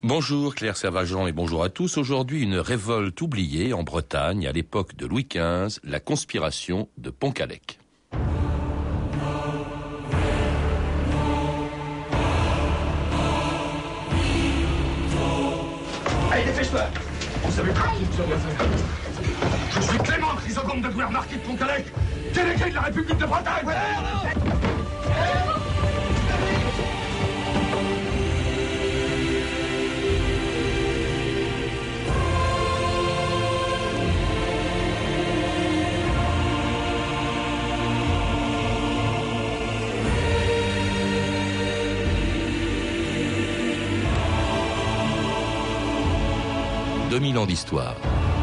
Bonjour Claire Servageant et bonjour à tous. Aujourd'hui, une révolte oubliée en Bretagne à l'époque de Louis XV, la conspiration de Pont-Callec. Allez, dépêche-toi! On savait pas qui tu devais faire. Je suis Clément, Chrysogone de Douai, marquis de Pont-Callec, délégué de la République de Bretagne! « 2000 ans d'histoire.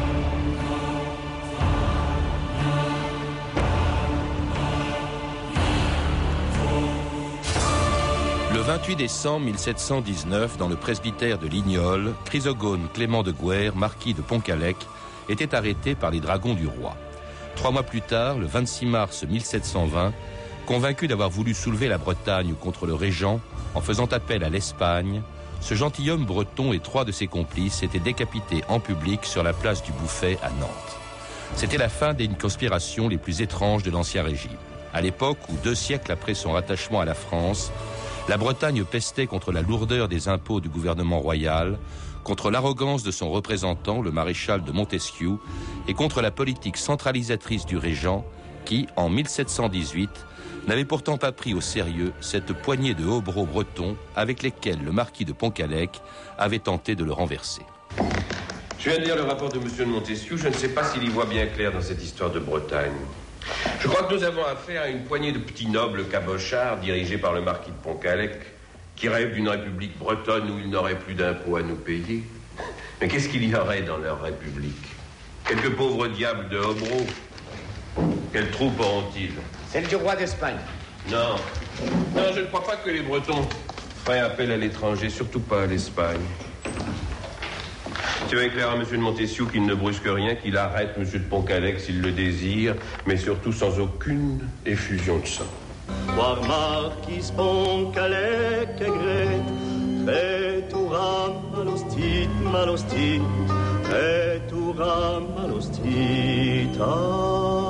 Le 28 décembre 1719, dans le presbytère de Lignolles, Chrysogone Clément de Douai, marquis de Pont-Callec, était arrêté par les dragons du roi. 3 mois plus tard, le 26 mars 1720, convaincu d'avoir voulu soulever la Bretagne contre le régent en faisant appel à l'Espagne, ce gentilhomme breton et 3 de ses complices étaient décapités en public sur la place du Bouffay à Nantes. C'était la fin d'une conspiration les plus étranges de l'Ancien Régime. À l'époque où 2 siècles après son rattachement à la France, la Bretagne pestait contre la lourdeur des impôts du gouvernement royal, contre l'arrogance de son représentant, le maréchal de Montesquieu, et contre la politique centralisatrice du régent qui, en 1718, n'avait pourtant pas pris au sérieux cette poignée de hobereaux bretons avec lesquels le marquis de Pont-Callec avait tenté de le renverser. Je viens de lire le rapport de M. de Montesquieu. Je ne sais pas s'il y voit bien clair dans cette histoire de Bretagne. Je crois que nous avons affaire à une poignée de petits nobles cabochards dirigés par le marquis de Pont-Callec qui rêvent d'une république bretonne où ils n'auraient plus d'impôts à nous payer. Mais qu'est-ce qu'il y aurait dans leur république? Quelques pauvres diables de hobereaux. Quelles troupes auront-ils? Celle du roi d'Espagne. Non, je ne crois pas que les Bretons feraient appel à l'étranger, surtout pas à l'Espagne. Tu vas éclairer à M. de Montesquieu qu'il ne brusque rien, qu'il arrête M. de Pont-Callec s'il le désire, mais surtout sans aucune effusion de sang. War Marquis Pont-Callec egret, fetura malostit, fetura malostita.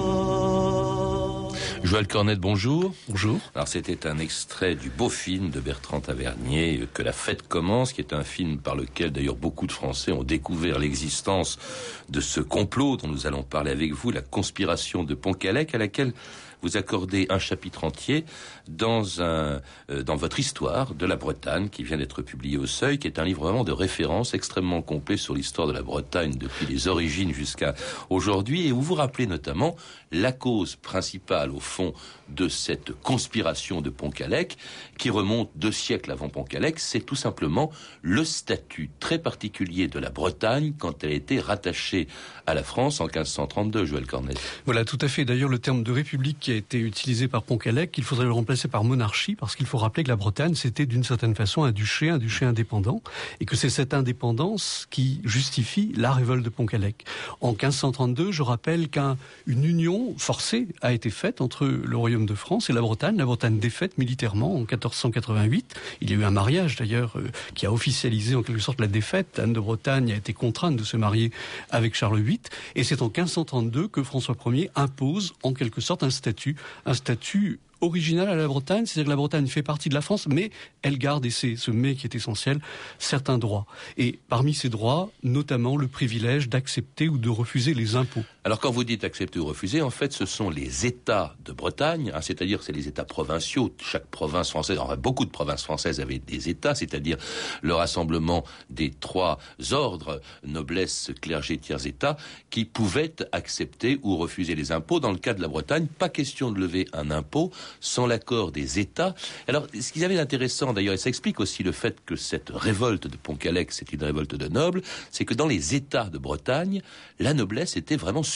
Joël Cornette, bonjour. Bonjour. Alors c'était un extrait du beau film de Bertrand Tavernier, Que la fête commence, qui est un film par lequel d'ailleurs beaucoup de Français ont découvert l'existence de ce complot dont nous allons parler avec vous, la conspiration de Pont-Callec, à laquelle vous accordez un chapitre entier dans votre histoire de la Bretagne qui vient d'être publié au Seuil, qui est un livre vraiment de référence extrêmement complet sur l'histoire de la Bretagne depuis les origines jusqu'à aujourd'hui, et où vous rappelez notamment la cause principale au fond de cette conspiration de Pont-Callec qui remonte 2 siècles avant Pont-Callec. C'est tout simplement le statut très particulier de la Bretagne quand elle a été rattachée à la France en 1532, Joël Cornette. Voilà, tout à fait. D'ailleurs, le terme de république qui a été utilisé par Pont-Callec, il faudrait le remplacer par monarchie, parce qu'il faut rappeler que la Bretagne, c'était d'une certaine façon un duché indépendant, et que c'est cette indépendance qui justifie la révolte de Pont-Callec. En 1532, je rappelle qu'une union forcée a été faite entre le Royaume de France et la Bretagne défaite militairement en 1488. Il y a eu un mariage d'ailleurs qui a officialisé en quelque sorte la défaite. Anne de Bretagne a été contrainte de se marier avec Charles VIII, et c'est en 1532 que François Ier impose en quelque sorte un statut original à la Bretagne, c'est-à-dire que la Bretagne fait partie de la France, mais elle garde, et c'est ce mais qui est essentiel, certains droits. Et parmi ces droits, notamment le privilège d'accepter ou de refuser les impôts. Alors quand vous dites accepter ou refuser, en fait ce sont les États de Bretagne, c'est-à-dire c'est les États provinciaux. Chaque province française, enfin beaucoup de provinces françaises avaient des États, c'est-à-dire le rassemblement des 3 ordres, noblesse, clergé, tiers-État, qui pouvaient accepter ou refuser les impôts. Dans le cas de la Bretagne, pas question de lever un impôt sans l'accord des États. Alors, ce qu'ils avaient d'intéressant d'ailleurs, et ça explique aussi le fait que cette révolte de Pont-Callec, c'est une révolte de nobles, c'est que dans les États de Bretagne, la noblesse était vraiment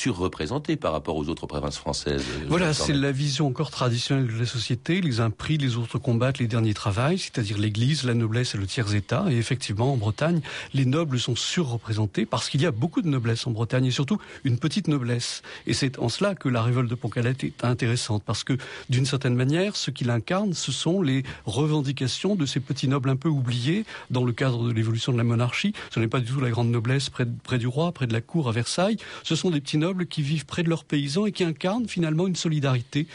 surreprésentée par rapport aux autres provinces françaises. Voilà, c'est la vision encore traditionnelle de la société. Les uns prient, les autres combattent, les derniers travaillent, c'est-à-dire l'Église, la noblesse et le tiers-État. Et effectivement, en Bretagne, les nobles sont surreprésentés parce qu'il y a beaucoup de noblesse en Bretagne et surtout une petite noblesse. Et c'est en cela que la révolte de Pont-Calais est intéressante parce que, d'une certaine manière, ce qu'il incarne, ce sont les revendications de ces petits nobles un peu oubliés dans le cadre de l'évolution de la monarchie. Ce n'est pas du tout la grande noblesse près du roi, près de la cour à Versailles. Ce sont des petits nobles qui vivent près de leurs paysans et qui incarnent finalement une solidarité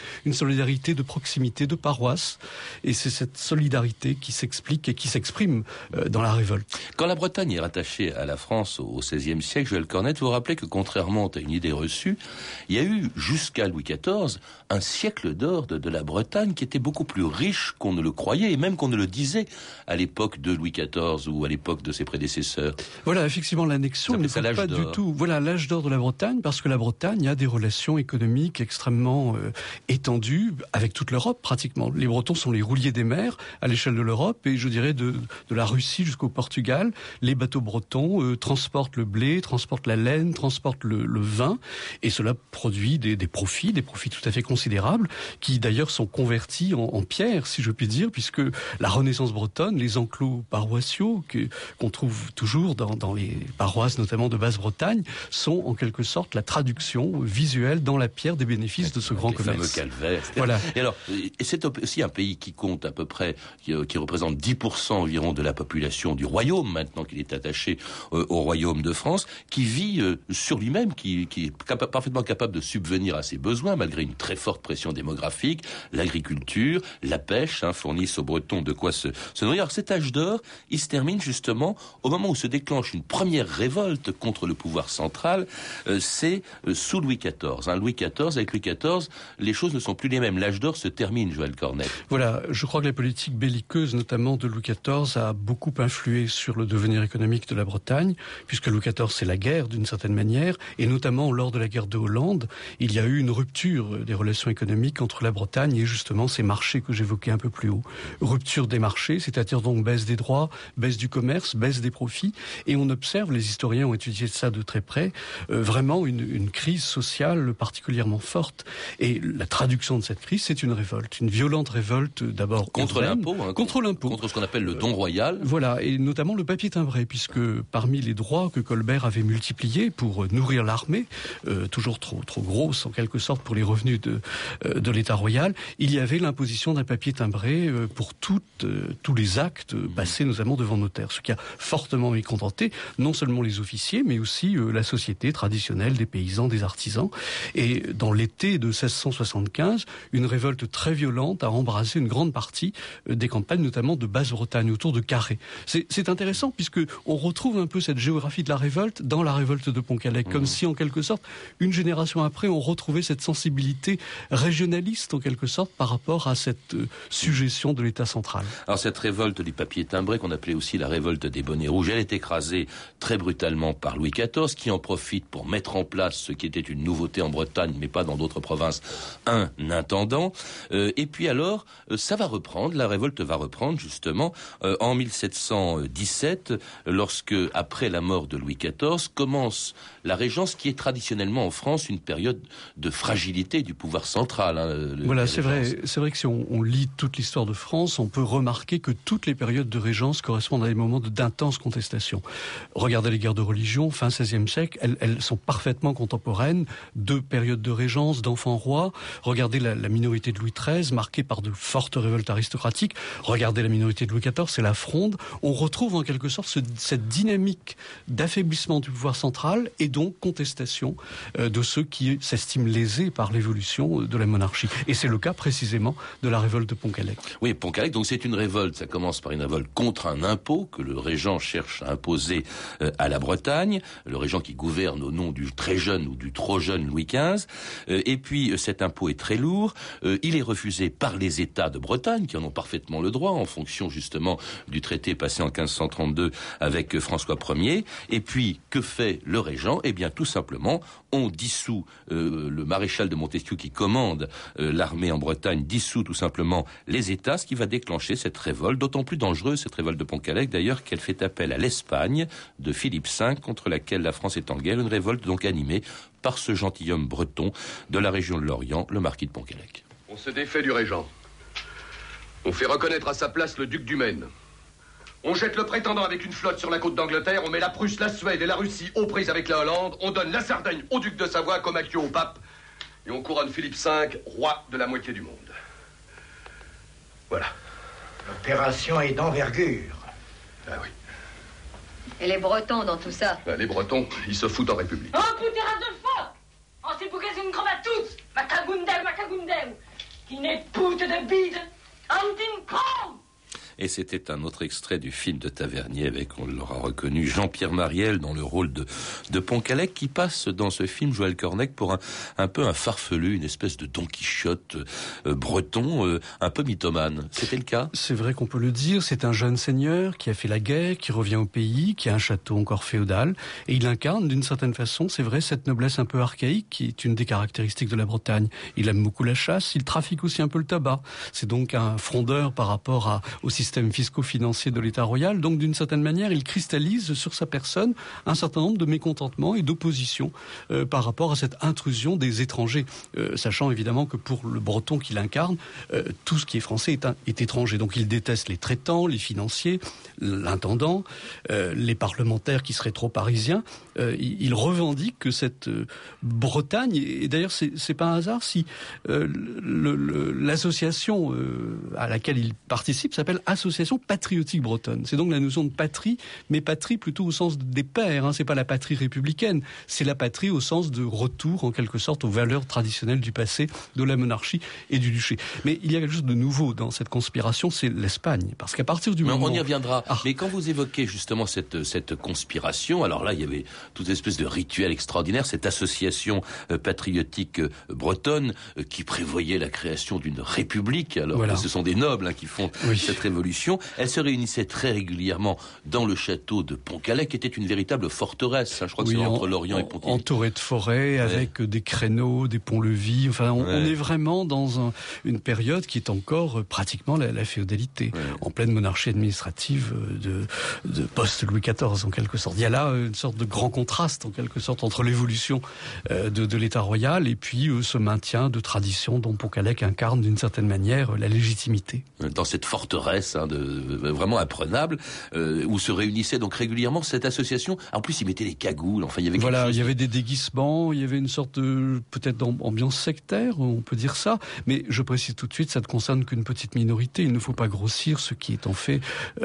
de proximité, de paroisse. Et c'est cette solidarité qui s'explique et qui s'exprime dans la révolte. Quand la Bretagne est rattachée à la France au XVIe siècle, Joël Cornette, vous vous rappelez que contrairement à une idée reçue, il y a eu jusqu'à Louis XIV un siècle d'or de la Bretagne qui était beaucoup plus riche qu'on ne le croyait et même qu'on ne le disait à l'époque de Louis XIV ou à l'époque de ses prédécesseurs. Voilà, effectivement, l'annexion n'est pas du tout. Voilà, l'âge d'or de la Bretagne, parce que la Bretagne a des relations économiques extrêmement étendues avec toute l'Europe, pratiquement. Les Bretons sont les rouliers des mers à l'échelle de l'Europe et je dirais de la Russie jusqu'au Portugal. Les bateaux bretons transportent le blé, transportent la laine, transportent le vin et cela produit des profits tout à fait considérables qui d'ailleurs sont convertis en pierre, si je puis dire, puisque la Renaissance bretonne, les enclos paroissiaux qu'on trouve toujours dans les paroisses, notamment de Basse-Bretagne, sont en quelque sorte la traduction visuelle dans la pierre des bénéfices de ce grand commerce. Les fameux calvaires. Voilà. Et alors, c'est aussi un pays qui compte à peu près, qui représente 10% environ de la population du royaume, maintenant qu'il est attaché au royaume de France, qui vit sur lui-même, qui est parfaitement capable de subvenir à ses besoins, malgré une très forte pression démographique, l'agriculture, la pêche, fournissent aux Bretons de quoi se nourrir. Alors cet âge d'or, il se termine justement au moment où se déclenche une première révolte contre le pouvoir central, c'est sous Louis XIV. Louis XIV, avec Louis XIV, les choses ne sont plus les mêmes. L'âge d'or se termine, Joël Cornette. Voilà, je crois que la politique belliqueuse, notamment de Louis XIV, a beaucoup influé sur le devenir économique de la Bretagne, puisque Louis XIV, c'est la guerre d'une certaine manière, et notamment lors de la guerre de Hollande, il y a eu une rupture des relations économiques entre la Bretagne et justement ces marchés que j'évoquais un peu plus haut. Rupture des marchés, c'est-à-dire donc baisse des droits, baisse du commerce, baisse des profits, et on observe, les historiens ont étudié ça de très près, vraiment une crise sociale particulièrement forte. Et la traduction de cette crise, c'est une révolte, une violente révolte d'abord contre l'impôt, contre l'impôt, contre ce qu'on appelle le don royal. Voilà, et notamment le papier timbré, puisque parmi les droits que Colbert avait multipliés pour nourrir l'armée, toujours trop grosse en quelque sorte pour les revenus de l'État royal, il y avait l'imposition d'un papier timbré pour tous les actes passés notamment devant notaire, ce qui a fortement mécontenté non seulement les officiers, mais aussi la société traditionnelle des paysans, des artisans. Et dans l'été de 1675, une révolte très violente a embrasé une grande partie des campagnes, notamment de Basse-Bretagne, autour de Carhaix. C'est intéressant puisque on retrouve un peu cette géographie de la révolte dans la révolte de Pont-Calais, comme si en quelque sorte, une génération après, on retrouvait cette sensibilité régionaliste en quelque sorte par rapport à cette suggestion de l'État central. Alors cette révolte du papier timbré, qu'on appelait aussi la révolte des bonnets rouges, elle est écrasée très brutalement par Louis XIV, qui en profite pour mettre en place ce qui était une nouveauté en Bretagne, mais pas dans d'autres provinces, un intendant. Et puis alors, ça va reprendre, la révolte va reprendre justement en 1717, lorsque, après la mort de Louis XIV, commence la régence qui est traditionnellement en France une période de fragilité du pouvoir central. Voilà, c'est vrai que si on lit toute l'histoire de France, on peut remarquer que toutes les périodes de régence correspondent à des moments d'intense contestation. Regardez les guerres de religion, fin XVIe siècle, elles sont parfaitement contemporaines, deux périodes de régence, d'enfants rois. Regardez la minorité de Louis XIII, marquée par de fortes révoltes aristocratiques. Regardez la minorité de Louis XIV, c'est la Fronde. On retrouve en quelque sorte cette dynamique d'affaiblissement du pouvoir central et donc contestation de ceux qui s'estiment lésés par l'évolution de la monarchie. Et c'est le cas précisément de la révolte de Pont-Calais. Oui, Pont-Calais, donc c'est une révolte, ça commence par une révolte contre un impôt que le régent cherche à imposer à la Bretagne, le régent qui gouverne au nom du très jeune ou du trop jeune Louis XV, et puis cet impôt est très lourd, il est refusé par les États de Bretagne, qui en ont parfaitement le droit, en fonction justement du traité passé en 1532 avec François Ier, et puis que fait le régent ? Eh bien tout simplement, on dissout le maréchal de Montesquieu qui commande l'armée en Bretagne, dissout tout simplement les États, ce qui va déclencher cette révolte, d'autant plus dangereuse cette révolte de Pont-Calais d'ailleurs qu'elle fait appel à l'Espagne de Philippe V, contre laquelle la France est en guerre, une révolte donc animée par ce gentilhomme breton de la région de Lorient, le marquis de Pontcallec. On se défait du régent. On fait reconnaître à sa place le duc du Maine. On jette le prétendant avec une flotte sur la côte d'Angleterre, on met la Prusse, la Suède et la Russie aux prises avec la Hollande, on donne la Sardaigne au duc de Savoie, Comacchio au pape, et on couronne Philippe V, roi de la moitié du monde. Voilà. L'opération est d'envergure. Ah oui. Et les Bretons dans tout ça? Les Bretons, ils se foutent en République. Oh, putain de fort! Oh, c'est pour qu'elles une crevette à tous! Macagundem! Qui n'est pute de bide! Antin Kong! Et c'était un autre extrait du film de Tavernier avec, on l'aura reconnu, Jean-Pierre Mariel dans le rôle de Pontcallec, qui passe dans ce film, Joël Cornec, pour un peu un farfelu, une espèce de Don Quichotte breton, un peu mythomane. C'était le cas? C'est vrai qu'on peut le dire. C'est un jeune seigneur qui a fait la guerre, qui revient au pays, qui a un château encore féodal, et il incarne d'une certaine façon, c'est vrai, cette noblesse un peu archaïque qui est une des caractéristiques de la Bretagne. Il aime beaucoup la chasse, il trafique aussi un peu le tabac. C'est donc un frondeur par rapport au système fisco-financier de l'État royal. Donc, d'une certaine manière, il cristallise sur sa personne un certain nombre de mécontentements et d'oppositions par rapport à cette intrusion des étrangers, sachant évidemment que pour le breton qu'il incarne, tout ce qui est français est étranger. Donc, il déteste les traitants, les financiers, l'intendant, les parlementaires qui seraient trop parisiens. Il revendique que cette Bretagne, et d'ailleurs c'est pas un hasard si l'association à laquelle il participe s'appelle Association patriotique bretonne. C'est donc la notion de patrie, mais patrie plutôt au sens des pères, hein. C'est pas la patrie républicaine, c'est la patrie au sens de retour en quelque sorte aux valeurs traditionnelles du passé, de la monarchie et du duché. Mais il y a quelque chose de nouveau dans cette conspiration, c'est l'Espagne, parce qu'à partir du moment... On y reviendra. Mais quand vous évoquez justement cette conspiration, alors là il y avait toute espèce de rituel extraordinaire, cette association patriotique bretonne qui prévoyait la création d'une république, alors que ce sont des nobles qui font cette révolution. Elle se réunissait très régulièrement dans le château de Pontcallec, qui était une véritable forteresse, je crois que c'est entre Lorient et Pontivy. Entouré de forêts, avec des créneaux, des ponts-levis, enfin on est vraiment dans une période qui est encore pratiquement la féodalité, en pleine monarchie administrative de post-Louis XIV en quelque sorte. Il y a là une sorte de grand contraste en quelque sorte entre l'évolution de l'État royal et puis ce maintien de tradition dont Pontcallec incarne d'une certaine manière la légitimité. Dans cette forteresse vraiment imprenable, où se réunissait donc régulièrement cette association. En plus, ils mettaient les cagoules, enfin il y avait quelque chose. Il y avait des déguisements, il y avait une sorte de, peut-être d'ambiance sectaire, on peut dire ça, mais je précise tout de suite, ça ne concerne qu'une petite minorité, il ne faut pas grossir ce qui est en fait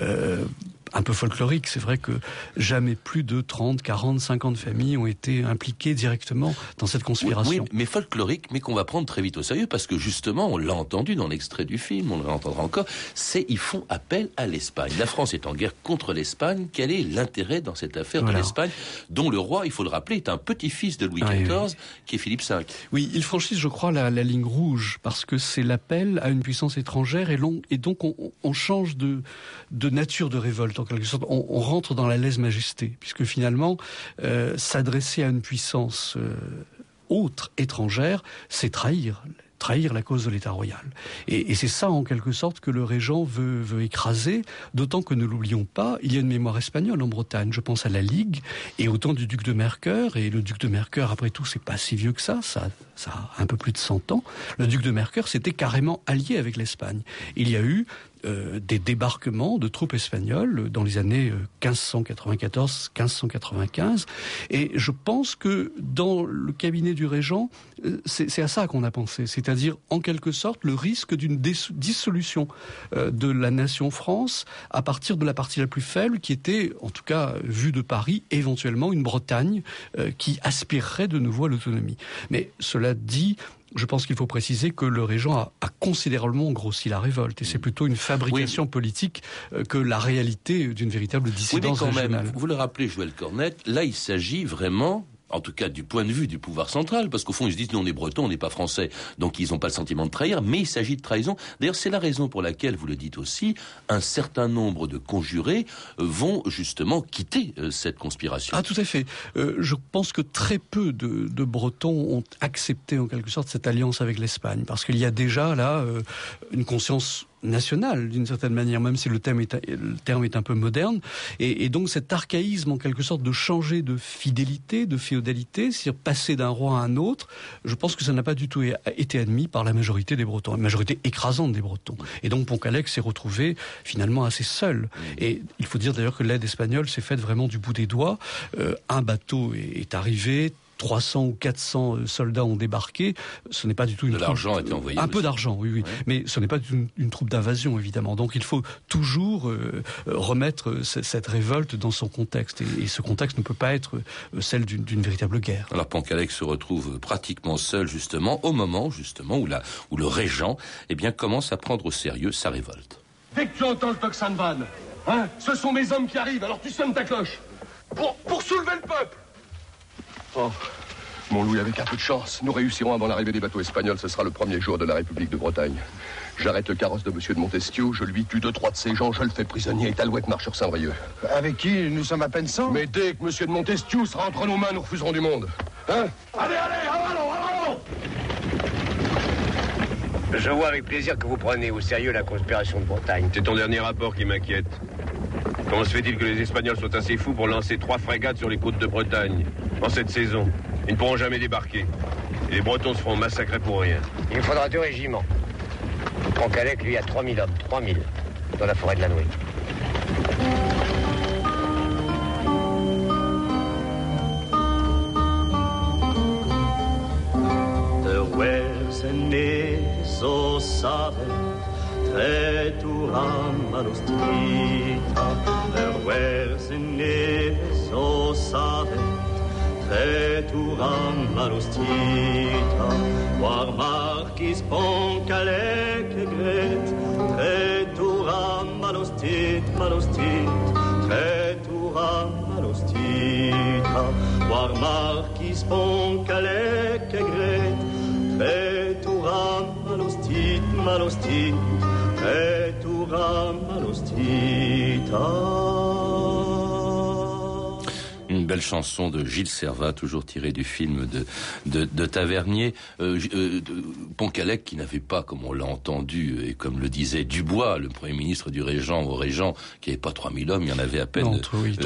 un peu folklorique. C'est vrai que jamais plus de 30, 40, 50 familles ont été impliquées directement dans cette conspiration. Oui, mais folklorique, mais qu'on va prendre très vite au sérieux, parce que justement, on l'a entendu dans l'extrait du film, on l'entendra encore, ils font appel à l'Espagne. La France est en guerre contre l'Espagne. Quel est l'intérêt dans cette affaire de l'Espagne, dont le roi, il faut le rappeler, est un petit-fils de Louis XIV, qui est Philippe V. Oui, ils franchissent, je crois, la ligne rouge, parce que c'est l'appel à une puissance étrangère, et donc on change de nature de révolte, en quelque sorte. On rentre dans la lèse-majesté, puisque finalement, s'adresser à une puissance autre, étrangère, c'est trahir la cause de l'État royal. Et c'est ça, en quelque sorte, que le régent veut écraser, d'autant que, ne l'oublions pas, il y a une mémoire espagnole en Bretagne. Je pense à la Ligue, et au temps du duc de Mercœur, et le duc de Mercœur, après tout, c'est pas si vieux que ça a un peu plus de 100 ans. Le duc de Mercœur s'était carrément allié avec l'Espagne. Il y a eu des débarquements de troupes espagnoles dans les années 1594-1595. Et je pense que dans le cabinet du régent, c'est à ça qu'on a pensé. C'est-à-dire, en quelque sorte, le risque d'une dissolution de la nation France à partir de la partie la plus faible, qui était, en tout cas, vue de Paris, éventuellement une Bretagne qui aspirerait de nouveau à l'autonomie. Mais cela dit, je pense qu'il faut préciser que le régent a considérablement grossi la révolte, et c'est plutôt une fabrication politique que la réalité d'une véritable dissidence régionale. Même, vous le rappelez, Joël Cornette, là il s'agit vraiment, en tout cas du point de vue du pouvoir central, parce qu'au fond ils se disent nous on est bretons, on n'est pas français, donc ils n'ont pas le sentiment de trahir, mais il s'agit de trahison. D'ailleurs c'est la raison pour laquelle, vous le dites aussi, un certain nombre de conjurés vont justement quitter cette conspiration. Ah tout à fait. Je pense que très peu de Bretons ont accepté en quelque sorte cette alliance avec l'Espagne, parce qu'il y a déjà là une conscience national d'une certaine manière, même si le terme est un peu moderne, et donc cet archaïsme en quelque sorte de changer de fidélité, de féodalité, c'est-à-dire passer d'un roi à un autre, je pense que ça n'a pas du tout été admis par la majorité des Bretons, la majorité écrasante des Bretons. Et donc Pontcallec s'est retrouvé finalement assez seul. Et il faut dire d'ailleurs que l'aide espagnole s'est faite vraiment du bout des doigts. Un bateau est arrivé, 300 ou 400 soldats ont débarqué. Ce n'est pas du tout une troupe. L'argent a été envoyé. Un peu d'argent, oui. Ouais. Mais ce n'est pas une troupe d'invasion, évidemment. Donc il faut toujours remettre cette révolte dans son contexte. Et ce contexte ne peut pas être celle d'une véritable guerre. Alors Pontcallec se retrouve pratiquement seul, justement, au moment, justement, où le régent, commence à prendre au sérieux sa révolte. Dès que tu entends le tocsin de vanne, ce sont mes hommes qui arrivent, alors tu sonnes ta cloche. Pour soulever le peuple. Oh, mon Louis, avec un peu de chance, nous réussirons avant l'arrivée des bateaux espagnols. Ce sera le premier jour de la République de Bretagne. J'arrête le carrosse de monsieur de Montesquieu, je lui tue 2-3 de ses gens, je le fais prisonnier et Talouette marche sur Saint-Brieuc. Avec qui nous sommes à peine 100. Mais dès que monsieur de Montesquieu sera entre nos mains, nous refuserons du monde. Hein? Allez, allons. Je vois avec plaisir que vous prenez au sérieux la conspiration de Bretagne. C'est ton dernier rapport qui m'inquiète. Comment se fait-il que les Espagnols soient assez fous pour lancer 3 frégates sur les côtes de Bretagne en cette saison? Ils ne pourront jamais débarquer. Et les Bretons se feront massacrer pour rien. Il faudra 2 régiments. Pontcallec, lui, a 3000 hommes. 3000. Dans la forêt de la Nouée. So savet, treturam alostita, verwersene so savet, treturam alostita, war marquis Pontcallec egret, treturam alostit, treturam alostita, war marquis Pontcallec egret, treturam malostit, treturam malostita. Une belle chanson de Gilles Servat, toujours tirée du film de Tavernier. Pontcallec, qui n'avait pas, comme on l'a entendu, et comme le disait Dubois, le Premier ministre du Régent, au Régent, qui n'avait pas 3000 hommes, il y en avait à peine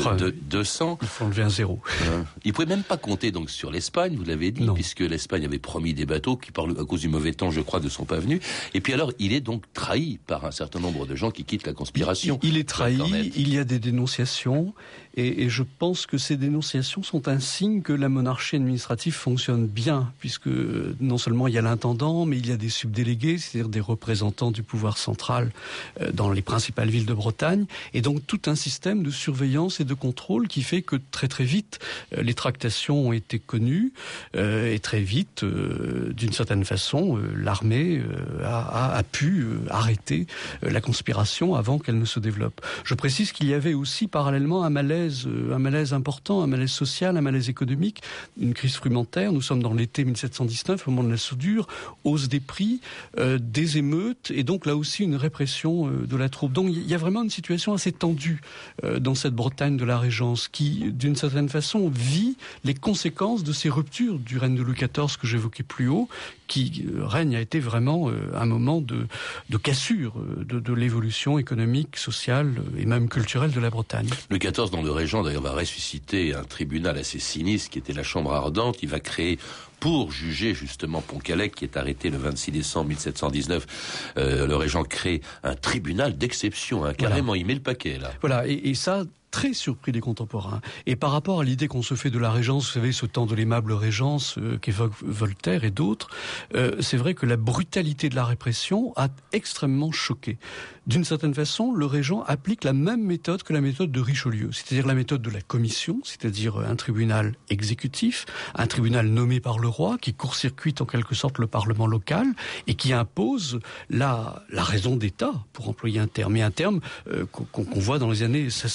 200. Il faut enlever un zéro. Il ne pouvait même pas compter donc sur l'Espagne, vous l'avez dit, puisque l'Espagne avait promis des bateaux qui, à cause du mauvais temps, je crois, ne sont pas venus. Et puis alors, il est donc trahi par un certain nombre de gens qui quittent la conspiration. Il est trahi, il y a des dénonciations, et je pense que ces dénonciations sont un signe que la monarchie administrative fonctionne bien, puisque non seulement il y a l'intendant, mais il y a des subdélégués, c'est-à-dire des représentants du pouvoir central dans les principales villes de Bretagne, et donc tout un système de surveillance et de contrôle qui fait que très très vite, les tractations ont été connues, et très vite, d'une certaine façon, l'armée a pu arrêter la conspiration avant qu'elle ne se développe. Je précise qu'il y avait aussi parallèlement un malaise important, un malaise social, un malaise économique, une crise frumentaire. Nous sommes dans l'été 1719, au moment de la soudure, hausse des prix, des émeutes, et donc là aussi une répression de la troupe. Donc il y a vraiment une situation assez tendue dans cette Bretagne de la Régence, qui, d'une certaine façon, vit les conséquences de ces ruptures du règne de Louis XIV que j'évoquais plus haut, qui règne a été vraiment un moment de cassure de l'évolution économique, sociale et même culturelle de la Bretagne. Louis XIV, dans le Régent, d'ailleurs, va ressusciter un tribunal assez sinistre qui était la Chambre ardente. Il va créer, pour juger justement Pontcallec, qui est arrêté le 26 décembre 1719, le Régent crée un tribunal d'exception, carrément, il met le paquet là. Voilà, et ça, très surpris des contemporains. Et par rapport à l'idée qu'on se fait de la Régence, vous savez, ce temps de l'aimable Régence qu'évoque Voltaire et d'autres, c'est vrai que la brutalité de la répression a extrêmement choqué. D'une certaine façon, le Régent applique la même méthode que la méthode de Richelieu, c'est-à-dire la méthode de la commission, c'est-à-dire un tribunal exécutif, un tribunal nommé par le roi, qui court-circuite en quelque sorte le Parlement local et qui impose la raison d'État, pour employer un terme, et un terme qu'on voit dans les années 1630.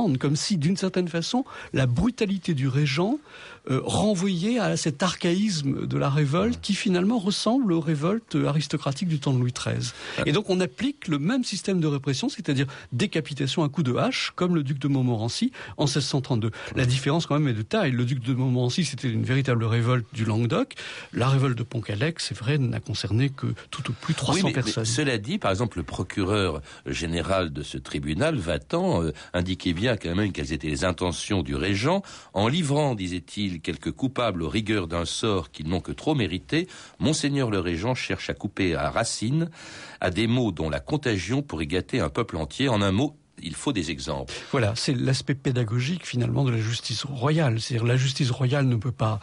propagande, comme si, d'une certaine façon, la brutalité du régent renvoyait à cet archaïsme de la révolte qui finalement ressemble aux révoltes aristocratiques du temps de Louis XIII. Et donc on applique le même système de répression, c'est-à-dire décapitation à coups de hache, comme le duc de Montmorency en 1632. La différence quand même est de taille. Le duc de Montmorency, c'était une véritable révolte du Languedoc. La révolte de Pont-Calec, c'est vrai, n'a concerné que tout au plus 300 personnes. Mais cela dit, par exemple, le procureur général de ce tribunal, Vatan, indiquait bien quand même quelles étaient les intentions du régent, en livrant, disait-il, quelques coupables aux rigueurs d'un sort qu'ils n'ont que trop mérité. Monseigneur le régent cherche à couper à racine à des maux dont la contagion pourrait gâter un peuple entier. En un mot, il faut des exemples. Voilà, c'est l'aspect pédagogique finalement de la justice royale. C'est-à-dire la justice royale ne peut pas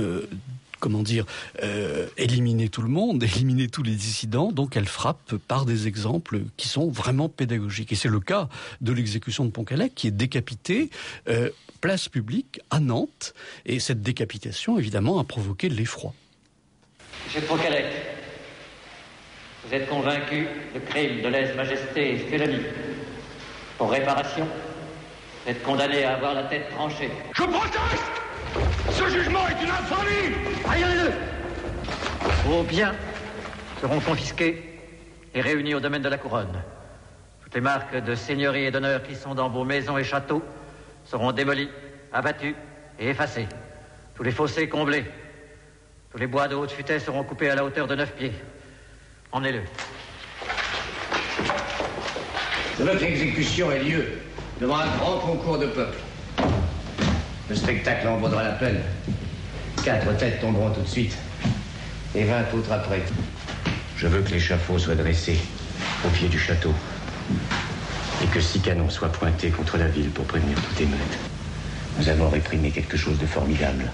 éliminer tout le monde, éliminer tous les dissidents, donc elle frappe par des exemples qui sont vraiment pédagogiques. Et c'est le cas de l'exécution de Pont-Calec qui est décapité place publique à Nantes, et cette décapitation évidemment a provoqué de l'effroi. Monsieur de Pont-Calec, vous êtes convaincu de crime de lèse-majesté et félonie. Pour réparation, vous êtes condamné à avoir la tête tranchée. Je proteste! Ce jugement est une infamie! Regardez-le! Vos biens seront confisqués et réunis au domaine de la couronne. Toutes les marques de seigneurie et d'honneur qui sont dans vos maisons et châteaux seront démolies, abattues et effacées. Tous les fossés comblés. Tous les bois de haute futaie seront coupés à la hauteur de 9 pieds. Emmenez-le. Votre exécution ait lieu devant un grand concours de peuple. Le spectacle en vaudra la peine. 4 têtes tomberont tout de suite, et 20 autres après. Je veux que l'échafaud soit dressé au pied du château, et que 6 canons soient pointés contre la ville pour prévenir toute émeute. Nous avons réprimé quelque chose de formidable.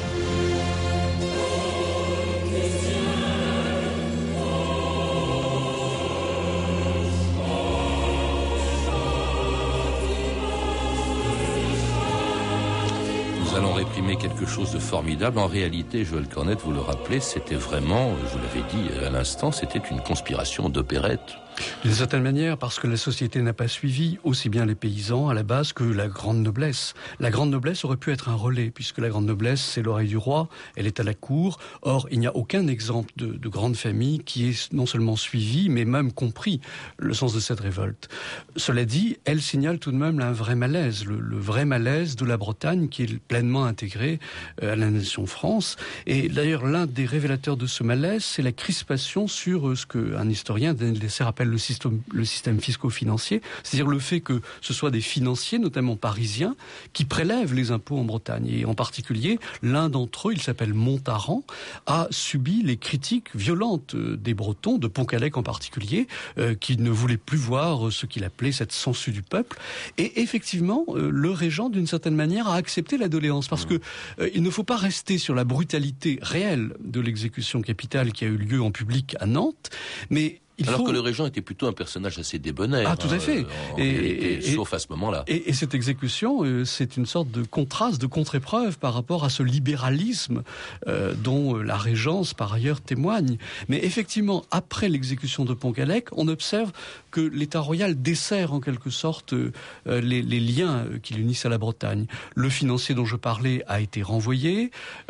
Nous allons réprimer quelque chose de formidable. En réalité, Joël Cornette, vous le rappelez, c'était vraiment, je vous l'avais dit à l'instant, c'était une conspiration d'opérette. D'une certaine manière, parce que la société n'a pas suivi aussi bien les paysans à la base que la grande noblesse. La grande noblesse aurait pu être un relais, puisque la grande noblesse, c'est l'oreille du roi, elle est à la cour. Or, il n'y a aucun exemple de grande famille qui ait non seulement suivi, mais même compris le sens de cette révolte. Cela dit, elle signale tout de même un vrai malaise, le vrai malaise de la Bretagne qui est pleinement intégrée à la nation France. Et d'ailleurs, l'un des révélateurs de ce malaise, c'est la crispation sur ce qu'un historien, Daniel Dessert, appelle le système fisco-financier, c'est-à-dire le fait que ce soit des financiers, notamment parisiens, qui prélèvent les impôts en Bretagne. Et en particulier, l'un d'entre eux, il s'appelle Montaran, a subi les critiques violentes des Bretons, de Pont-Calec en particulier, qui ne voulaient plus voir ce qu'il appelait cette sangsue du peuple. Et effectivement, le régent, d'une certaine manière, a accepté la doléance, parce que il ne faut pas rester sur la brutalité réelle de l'exécution capitale qui a eu lieu en public à Nantes, mais alors que le régent était plutôt un personnage assez débonnaire. Ah, tout à fait. Sauf à ce moment-là. Et cette exécution, c'est une sorte de contraste, de contre-épreuve par rapport à ce libéralisme dont la régence, par ailleurs, témoigne. Mais effectivement, après l'exécution de Pont-Calec, on observe que l'État royal dessert en quelque sorte les liens qui l'unissent à la Bretagne. Le financier dont je parlais a été renvoyé.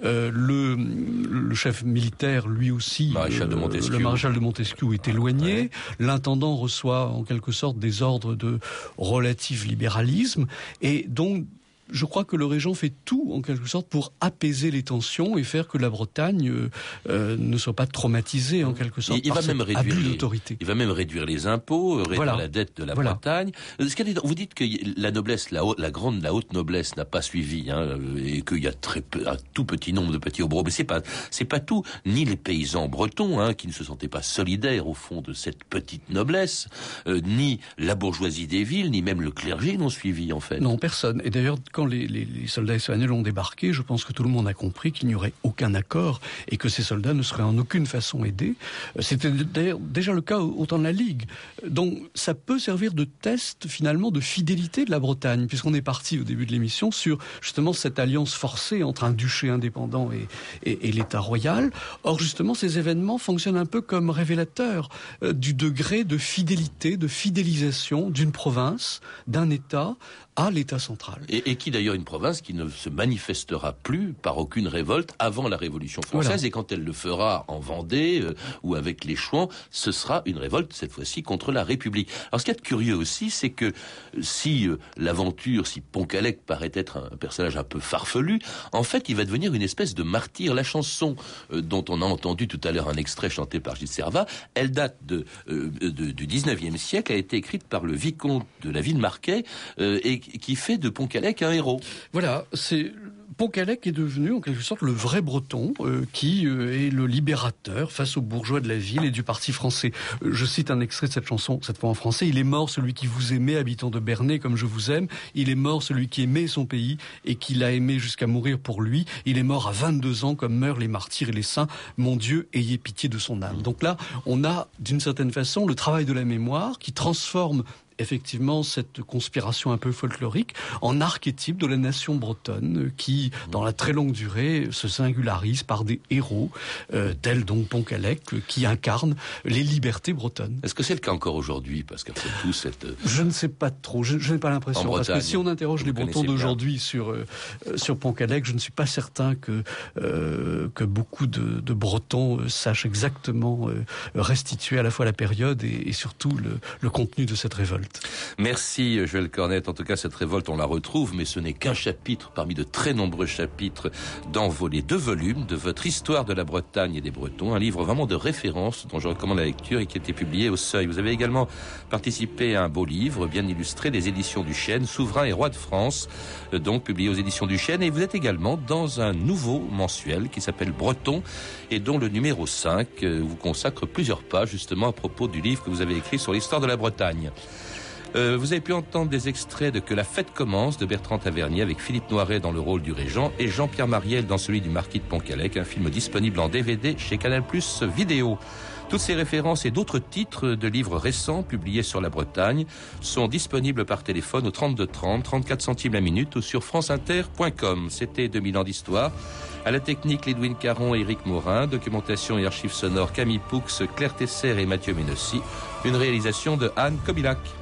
Le chef militaire, lui aussi, le maréchal de Montesquieu est éloigné. Ouais. L'intendant reçoit en quelque sorte des ordres de relatif libéralisme, et donc je crois que le régent fait tout, en quelque sorte, pour apaiser les tensions et faire que la Bretagne ne soit pas traumatisée, en quelque sorte, par cet abus d'autorité. Il va même réduire les impôts, réduire la dette de la Bretagne. Vous dites que la noblesse, la haute noblesse n'a pas suivi, et qu'il y a un tout petit nombre de petits hobereaux. Mais c'est pas tout. Ni les paysans bretons, qui ne se sentaient pas solidaires, au fond, de cette petite noblesse, ni la bourgeoisie des villes, ni même le clergé n'ont suivi, en fait. Non, personne. Et d'ailleurs, quand les soldats espagnols ont débarqué, je pense que tout le monde a compris qu'il n'y aurait aucun accord et que ces soldats ne seraient en aucune façon aidés. C'était d'ailleurs déjà le cas au temps de la Ligue. Donc ça peut servir de test finalement de fidélité de la Bretagne, puisqu'on est parti au début de l'émission sur justement cette alliance forcée entre un duché indépendant et l'État royal. Or justement ces événements fonctionnent un peu comme révélateurs du degré de fidélité, de fidélisation d'une province, d'un État à l'État central. Et qui d'ailleurs une province qui ne se manifestera plus par aucune révolte avant la Révolution française. Voilà. Et quand elle le fera en Vendée ou avec les Chouans, ce sera une révolte cette fois-ci contre la République. Alors ce qu'il y a de curieux aussi, c'est que si Pontcallec paraît être un personnage un peu farfelu, en fait il va devenir une espèce de martyr. La chanson dont on a entendu tout à l'heure un extrait chanté par Gilles Servat, elle date du 19e siècle, a été écrite par le vicomte de la Villemarquais et qui fait de Pontcallec un héros. Voilà, Pontcallec est devenu en quelque sorte le vrai Breton qui est le libérateur face aux bourgeois de la ville et du parti français. Je cite un extrait de cette chanson, cette fois en français. Il est mort celui qui vous aimait, habitant de Bernay, comme je vous aime. Il est mort celui qui aimait son pays et qui l'a aimé jusqu'à mourir pour lui. Il est mort à 22 ans comme meurent les martyrs et les saints. Mon Dieu, ayez pitié de son âme. Donc là, on a d'une certaine façon le travail de la mémoire qui transforme effectivement cette conspiration un peu folklorique en archétype de la nation bretonne qui, dans la très longue durée, se singularise par des héros tels donc Pontcallec qui incarnent les libertés bretonnes. Est-ce que c'est le cas encore aujourd'hui? Parce qu'après tout, Je ne sais pas trop, je n'ai pas l'impression. Parce que si on interroge les Bretons d'aujourd'hui sur Pontcallec, je ne suis pas certain que beaucoup de Bretons sachent exactement restituer à la fois la période et surtout le contenu de cette révolte. Merci Joël Cornette. En tout cas, cette révolte, on la retrouve, mais ce n'est qu'un chapitre parmi de très nombreux chapitres dans les 2 volumes de votre Histoire de la Bretagne et des Bretons, un livre vraiment de référence dont je recommande la lecture et qui a été publié au Seuil. Vous avez également participé à un beau livre bien illustré des éditions du Chêne, Souverain et Roi de France, donc publié aux éditions du Chêne, et vous êtes également dans un nouveau mensuel qui s'appelle Breton et dont le numéro 5 vous consacre plusieurs pages justement à propos du livre que vous avez écrit sur l'histoire de la Bretagne. Vous avez pu entendre des extraits de Que la fête commence de Bertrand Tavernier avec Philippe Noiret dans le rôle du régent et Jean-Pierre Mariel dans celui du marquis de Pontcallec, un film disponible en DVD chez Canal+ Vidéo. Toutes ces références et d'autres titres de livres récents publiés sur la Bretagne sont disponibles par téléphone au 32 30, 34 centimes la minute ou sur franceinter.com. C'était 2000 ans d'histoire. À la technique, Lédouine Caron et Éric Morin. Documentation et archives sonores, Camille Poux, Claire Tesser et Mathieu Ménossi. Une réalisation de Anne Kobilac.